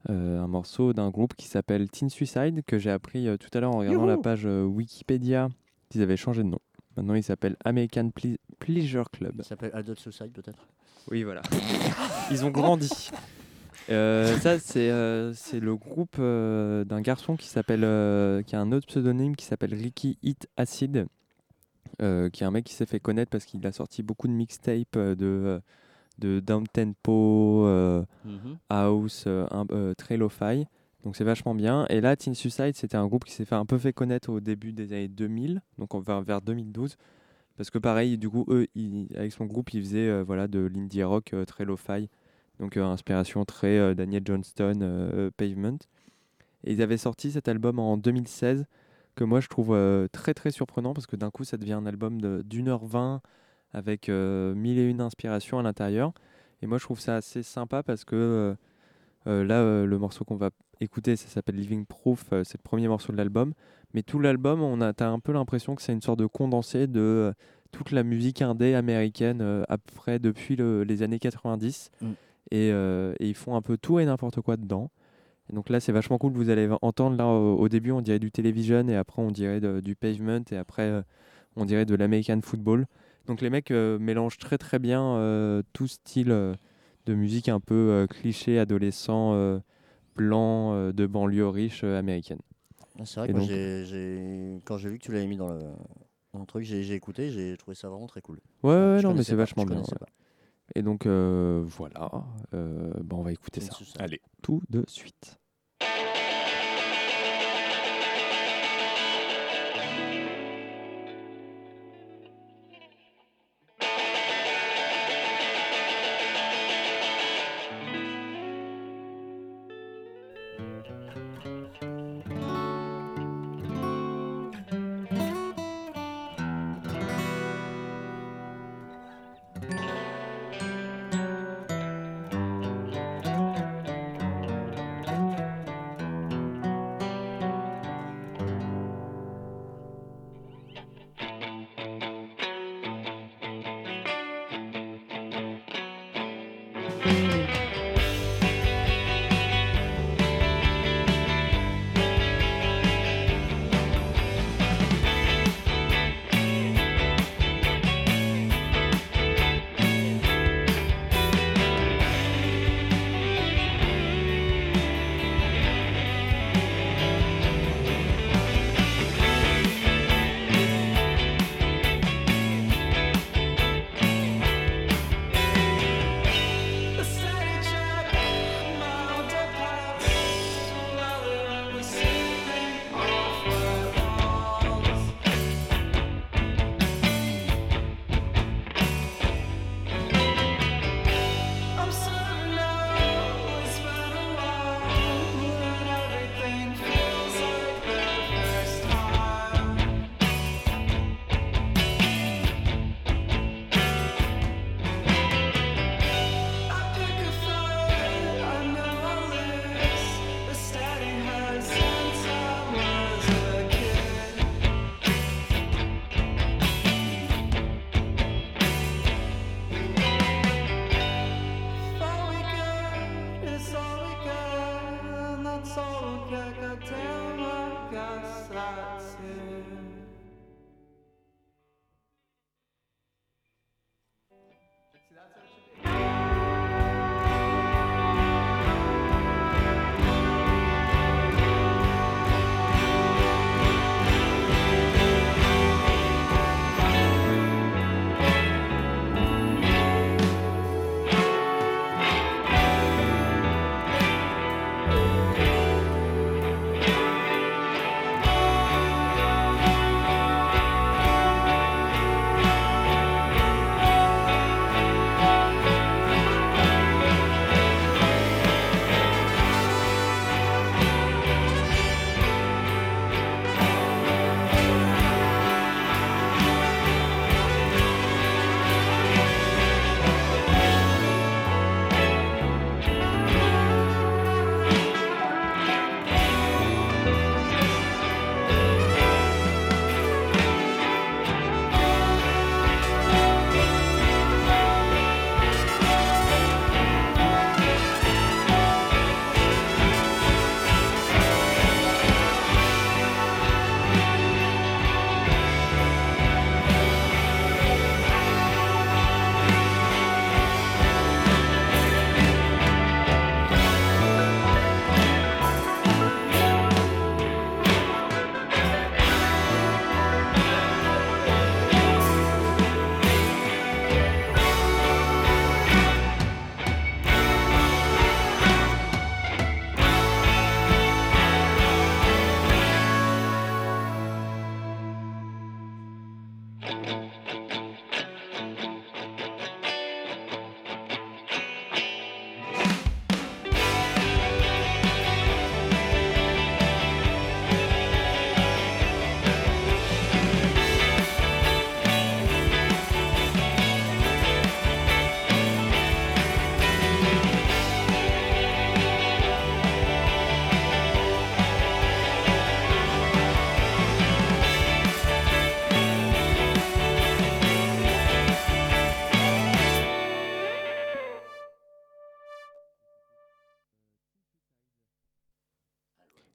euh, un morceau d'un groupe qui s'appelle Teen Suicide, que j'ai appris euh, tout à l'heure en regardant Youhou. la page euh, Wikipédia qu'ils avaient changé de nom. Maintenant, il s'appelle American Ple- Pleasure Club. Il s'appelle Adult Suicide peut-être. Oui, voilà. Ils ont grandi. Euh, ça, c'est, euh, c'est le groupe euh, d'un garçon qui s'appelle, euh, qui a un autre pseudonyme qui s'appelle Ricky Hit Acid, euh, qui est un mec qui s'est fait connaître parce qu'il a sorti beaucoup de mixtapes euh, de, de down-tempo, euh, Mhm. house, euh, un- euh, très lo-fi. Donc c'est vachement bien. Et là, Teen Suicide, c'était un groupe qui s'est fait un peu fait connaître au début des années deux mille, donc on va vers deux mille douze. Parce que pareil, du coup, eux, ils- avec son groupe, ils faisaient euh, voilà, de l'indie rock euh, très lo-fi. Donc euh, inspiration très euh, Daniel Johnston, euh, Pavement. Et ils avaient sorti cet album en deux mille seize, que moi je trouve euh, très très surprenant, parce que d'un coup ça devient un album de, d'une heure vingt avec euh, mille et une inspirations à l'intérieur. Et moi je trouve ça assez sympa parce que euh, euh, là euh, le morceau qu'on va écouter, ça s'appelle Living Proof, euh, c'est le premier morceau de l'album. Mais tout l'album, on a, t'as un peu l'impression que c'est une sorte de condensé de euh, toute la musique indé américaine euh, à peu près depuis le- les années quatre-vingt-dix. Mm. Et, euh, et ils font un peu tout et n'importe quoi dedans. Et donc là, c'est vachement cool. Vous allez entendre, là, au, au début, on dirait du Television, et après, on dirait de- du Pavement, et après, euh, on dirait de l'American Football. Donc les mecs euh, mélangent très très bien euh, tout style euh, de musique un peu euh, cliché, adolescent, euh, blanc, euh, de banlieue riche euh, américaine. Ah, c'est vrai Et que moi, donc- j'ai, j'ai- quand j'ai vu que tu l'avais mis dans le, dans le truc, j'ai, j'ai écouté, j'ai trouvé ça vraiment très cool. Ouais, Je ouais, non, mais connaissais c'est pas, vachement je bien. connaissais ouais. pas. Et donc, euh, voilà. Euh, bah, on va écouter Teen ça. Suicide. Allez. Tout de suite.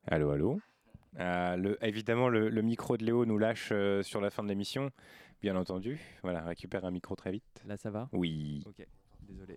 Allô, allô. Euh, le, évidemment, le, le micro de Léo nous lâche euh, sur la fin de l'émission, bien entendu. Voilà, récupère un micro très vite. Là, ça va ? Oui. Ok, désolé.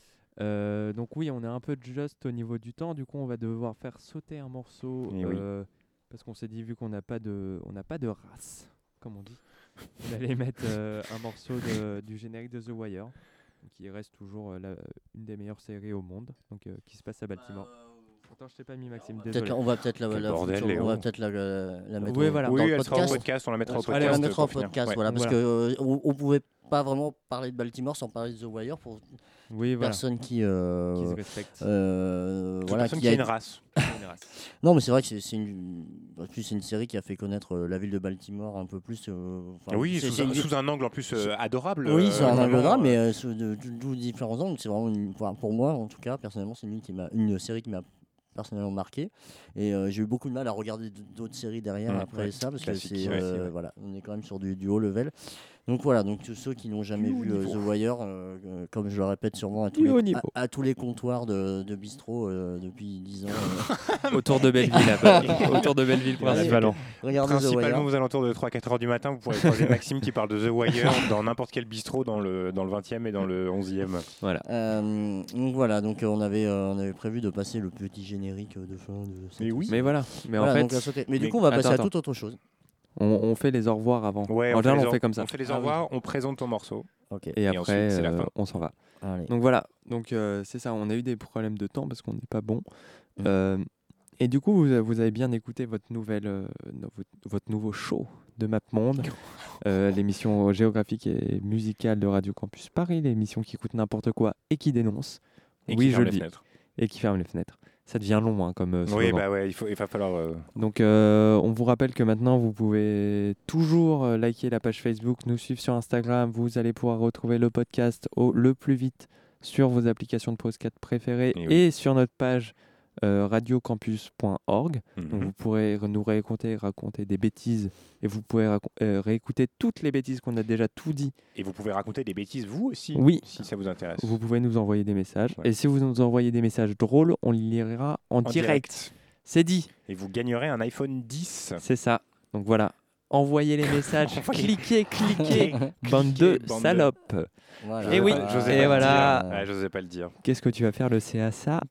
Euh, donc oui, on est un peu juste au niveau du temps. Du coup, on va devoir faire sauter un morceau Eh oui. euh, parce qu'on s'est dit, vu qu'on n'a pas de, on n'a pas de race, comme on dit, on allait mettre euh, un morceau de, du générique de The Wire, qui reste toujours euh, la, une des meilleures séries au monde, donc euh, qui se passe à Baltimore. Pourtant, je t'ai pas mis, Maxime. Désolé. Peut-être, on va peut-être la, Quel la, bordel, foutre- Léo. on va peut-être la, la, la mettre Oui, au- voilà. dans Oui, le elle sera en podcast. podcast, on la mettra au On podcast. la mettra au pour finir. podcast, Ouais. voilà, parce Voilà. que euh, on, on pouvait pas vraiment parler de Baltimore sans parler de The Wire pour Oui, voilà. personne qui, euh, Qui se respecte. euh, Toute voilà, personne qui qui a a une race. Une race. Non, mais c'est vrai que c'est, c'est une, en plus, c'est une série qui a fait connaître euh, la ville de Baltimore un peu plus. euh, enfin, Oui, c'est- sous, c'est un, une- sous un angle en plus euh, adorable. Oui, euh, c'est un angle vraiment, drame, euh, mais euh, sous de, de- de différents angles. C'est vraiment une, enfin, pour moi, en tout cas, personnellement, c'est une, qui m'a, une série qui m'a personnellement marqué. Et euh, j'ai eu beaucoup de mal à regarder d- d'autres séries derrière Mmh, après ouais, ça, parce classique, que c'est, ouais, euh, c'est vrai. voilà, on est quand même sur du, du haut level. Donc voilà, donc tous ceux qui n'ont jamais Du haut vu euh, niveau. The Wire, euh, euh, comme je le répète sûrement à tous, Du les, haut niveau. à, à tous les comptoirs de, de bistrot euh, depuis dix ans, euh, Autour de Belleville, là-bas. Autour de Belleville, principalement. regardez The Wire. Principalement aux alentours de trois quatre heures du matin, vous pourrez croiser Maxime qui parle de The Wire dans n'importe quel bistrot dans le, dans le vingtième et dans le onzième. Voilà. Euh, donc voilà, donc euh, on avait euh, on avait prévu de passer le petit générique de fin de cette Mais oui. Mais voilà. Mais Voilà, en fait, donc, on va sauter. mais du mais- coup on va Attends, passer attends. à toute autre chose. on, on fait les au revoir avant. Ouais, en on, fait général, les on au- fait comme ça. on fait les Ah au oui. revoir, on présente ton morceau. Ok. Et, Et après, ensuite, c'est la euh, fin. on s'en va. Allez. Donc voilà, donc euh, c'est ça, on a eu des problèmes de temps parce qu'on n'est pas bon. Mm. Euh, et du coup, vous, vous avez bien écouté votre, nouvelle, euh, no- votre, votre nouveau show de MapMonde, euh, l'émission géographique et musicale de Radio Campus Paris, l'émission qui écoute n'importe quoi et qui dénonce. Et oui, qui je ferme le les dis. fenêtres. Et qui ferme les fenêtres. Ça devient long hein, comme euh, Oui, slogan. bah ouais, il, faut, il va falloir. euh, Donc, euh, on vous rappelle que maintenant, vous pouvez toujours euh, liker la page Facebook, nous suivre sur Instagram. Vous allez pouvoir retrouver le podcast au le plus vite sur vos applications de podcast préférées Et et, oui. sur notre page euh, radiocampus point org. Donc, mhm. vous pourrez re- nous réécouter, raconter des bêtises et vous pourrez raco- euh, réécouter toutes les bêtises qu'on a déjà tout dit. Et vous pouvez raconter des bêtises vous aussi, Oui. si ça vous intéresse. Vous pouvez nous envoyer des messages. Ouais. Et si vous nous envoyez des messages drôles, on les lira en, En direct. C'est dit. Et vous gagnerez un iPhone dix. C'est ça. Donc voilà. Envoyez les messages, Envoyez. cliquez, cliquez, bande Cliquez, de bande de- salopes. Voilà. Et oui, J'osais et pas le voilà. dire. Ouais, j'osais pas le dire. Qu'est-ce que tu vas faire le C A S A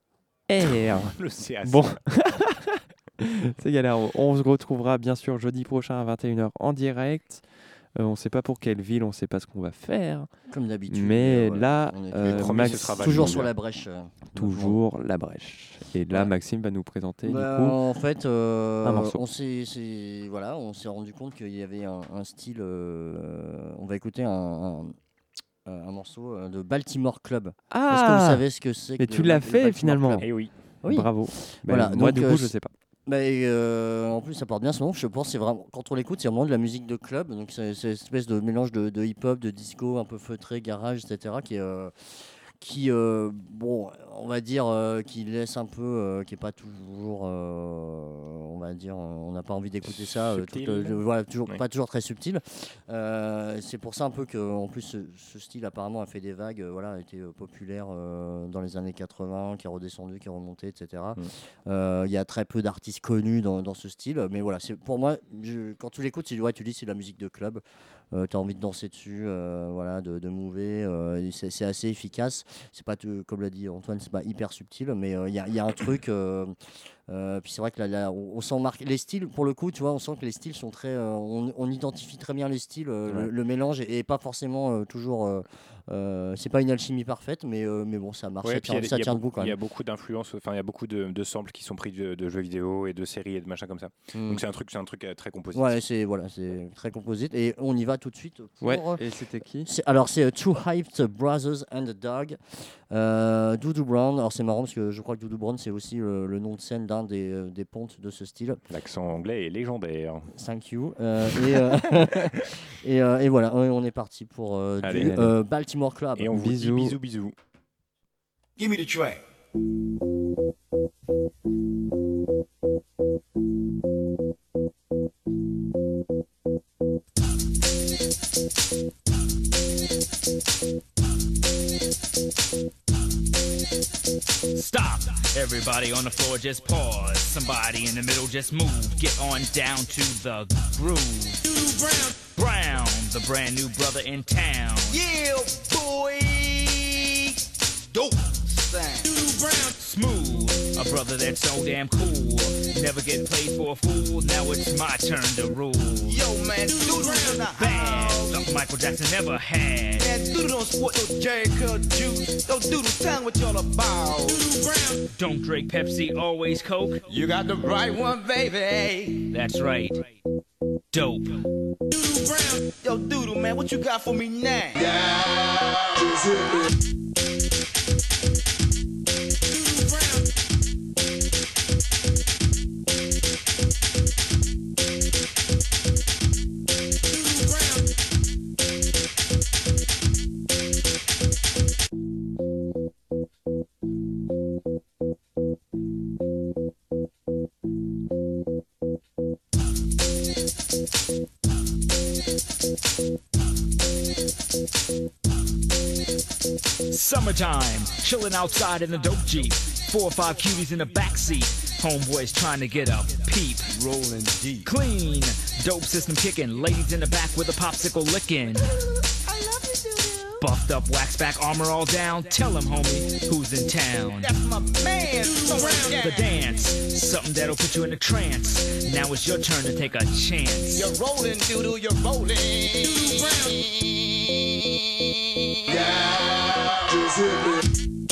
R. Le C A C. Bon, c'est galère. On se retrouvera bien sûr jeudi prochain à vingt et une heures en direct. Euh, on ne sait pas pour quelle ville, on ne sait pas ce qu'on va faire. Comme d'habitude. Mais euh, voilà, là, on est euh, promis, Max- ce sera toujours Baltimore. sur la brèche. euh, toujours la brèche. Et là, Ouais. Maxime va nous présenter Bah, du coup. en fait, euh, un morceau. on s'est, c'est- voilà, on s'est rendu compte qu'il y avait un, un style. euh, on va écouter un, un, un morceau euh, de Baltimore Club. Est-ce que vous savez ce que c'est Mais que tu le l'as Bal- fait Baltimore finalement. Club Eh oui. Oui. Bravo. Ben, Voilà, moi, donc, du euh, coup, je c'est- sais pas. Bah, et, euh, en plus, ça porte bien son nom. Je pense c'est vraiment quand on l'écoute, c'est vraiment de la musique de club. Donc c'est c'est une espèce de mélange de, de hip-hop, de disco, un peu feutré, garage, et cetera. Qui est euh, qui euh, bon, on va dire euh, qui laisse un peu, euh, qui est pas toujours, euh, on va dire, euh, on n'a pas envie d'écouter ça. euh, Subtil. tout, euh, voilà, toujours Oui. pas toujours très subtil. Euh, c'est pour ça un peu que en plus ce, ce style apparemment a fait des vagues. euh, voilà, a été euh, populaire euh, dans les années quatre-vingts, qui est redescendu, qui est remonté, et cetera. Mm. Euh, Il y a très peu d'artistes connus dans, dans ce style, mais voilà, c'est pour moi, je- quand tu l'écoutes, tu, ouais, tu dis c'est de la musique de club, euh, tu as envie de danser dessus, euh, voilà, de, de mouver, euh, et c'est c'est assez efficace. C'est pas, tout- comme l'a dit Antoine, c'est pas hyper subtil, mais il y, a, y a un truc. euh, euh, puis c'est vrai que là, là, on, on sent marquer les styles, pour le coup, tu vois, on sent que les styles sont très. euh, on, on identifie très bien les styles, euh, Ouais. le, le mélange est, est pas forcément euh, toujours. euh, euh, c'est pas une alchimie parfaite, mais, euh, mais bon, ça marche, Ouais, ça puis il y a- tient, ça il y a tient beaucoup- debout quand Il y a même. beaucoup d'influences, enfin il y a beaucoup de, de samples qui sont pris de, de jeux vidéo et de séries et de machins comme ça. Mm. Donc c'est un truc, c'est un truc euh, très composite. Ouais, c'est voilà, c'est très composite et on y va tout de suite. Pour, Ouais. euh, Et c'était qui c'est- alors c'est euh, Two Hyped Brothers and a Dog, euh, Doudou Brown. Alors c'est marrant parce que je crois que Doudou Brown c'est aussi le, le nom de scène d'un des, euh, des pontes de ce style. L'accent anglais est légendaire. Thank you. Euh, et, euh, et, euh, et voilà, on on est parti pour euh, Allez, du allez. euh, Baltimore Club. Et on vous Bisous. dit bisous bisous. Give me the track. Stop. Everybody on the floor just pause. Somebody in the middle just move. Get on down to the groove. Brown. Brown, the brand new brother in town. Yeah, boy. Dope sound. Brown. Smooth, a brother that's so damn cool. Never get played for a fool. Now it's my turn to rule. Yo, man, Doodoo in the Bad, something Michael Jackson never had. Man, Doodoo don't sport no Jerry Curl juice. Yo, Doodoo, tell me what y'all about. Brown. Don't drink Pepsi, always Coke. You got the right one, baby. That's right. Dope. Brown. Yo, Doodoo, man, what you got for me now? Yeah. Summertime, chilling outside in the dope Jeep. Four or five cuties in the backseat. Homeboys trying to get a peep. Rolling deep. Clean, dope system kicking. Ladies in the back with a popsicle licking. I love you, Doodoo. Buffed up, wax back, armor all down. Tell him, homie, who's in town. That's my man. The dance, something that'll put you in a trance. Now it's your turn to take a chance. You're rolling, Doodoo, you're rolling. Yeah, just hit me.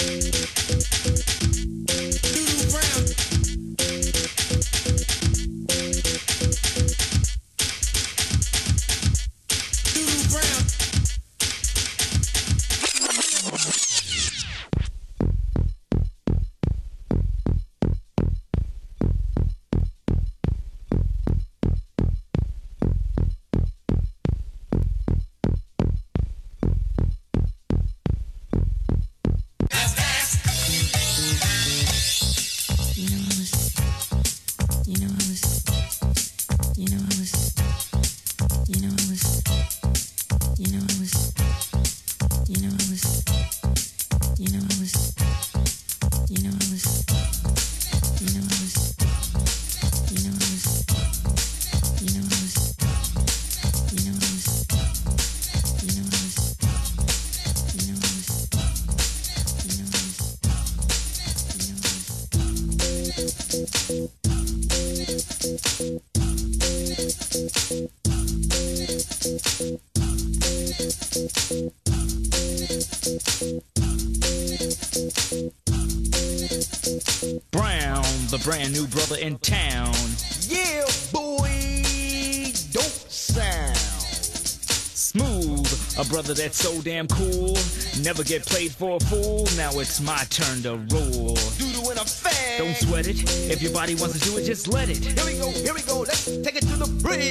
Brown, the brand new brother in town. Yeah, boy, dope sound. Smooth, a brother that's so damn cool. Never get played for a fool. Now it's my turn to rule. Doodoo in a fag. Don't sweat it. If your body wants to do it, just let it. Here we go, here we go. Let's take it to the bridge.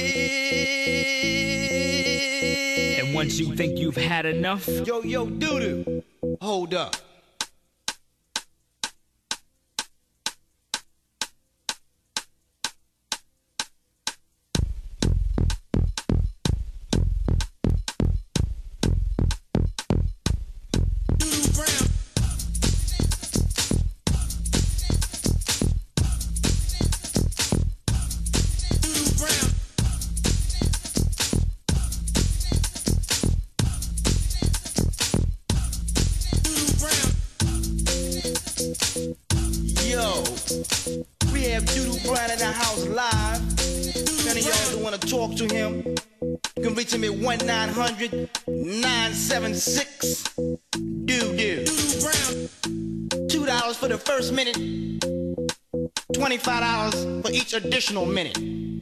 And once you think you've had enough, yo, yo, Doodoo, hold up. Yo, we have Doodoo Brown in the house live. If any of y'all do want to talk to him, you can reach him at one nine hundred nine seven six Doodoo. two dollars for the first minute, twenty-five dollars for each additional minute.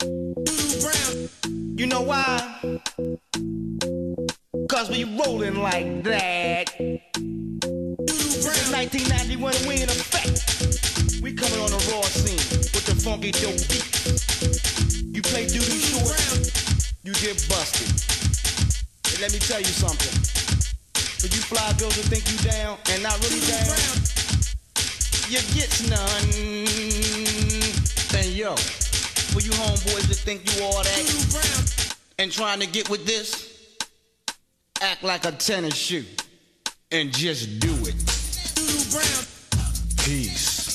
You know why? Cause we rolling like that. Since nineteen ninety-one, we in effect. We coming on the raw scene with the funky dope beat. You play Doodoo short, you get busted. And let me tell you something. For you fly girls who think you down and not really down, you get none. And yo, for you homeboys that think you all that and trying to get with this, act like a tennis shoe and just do it. Peace.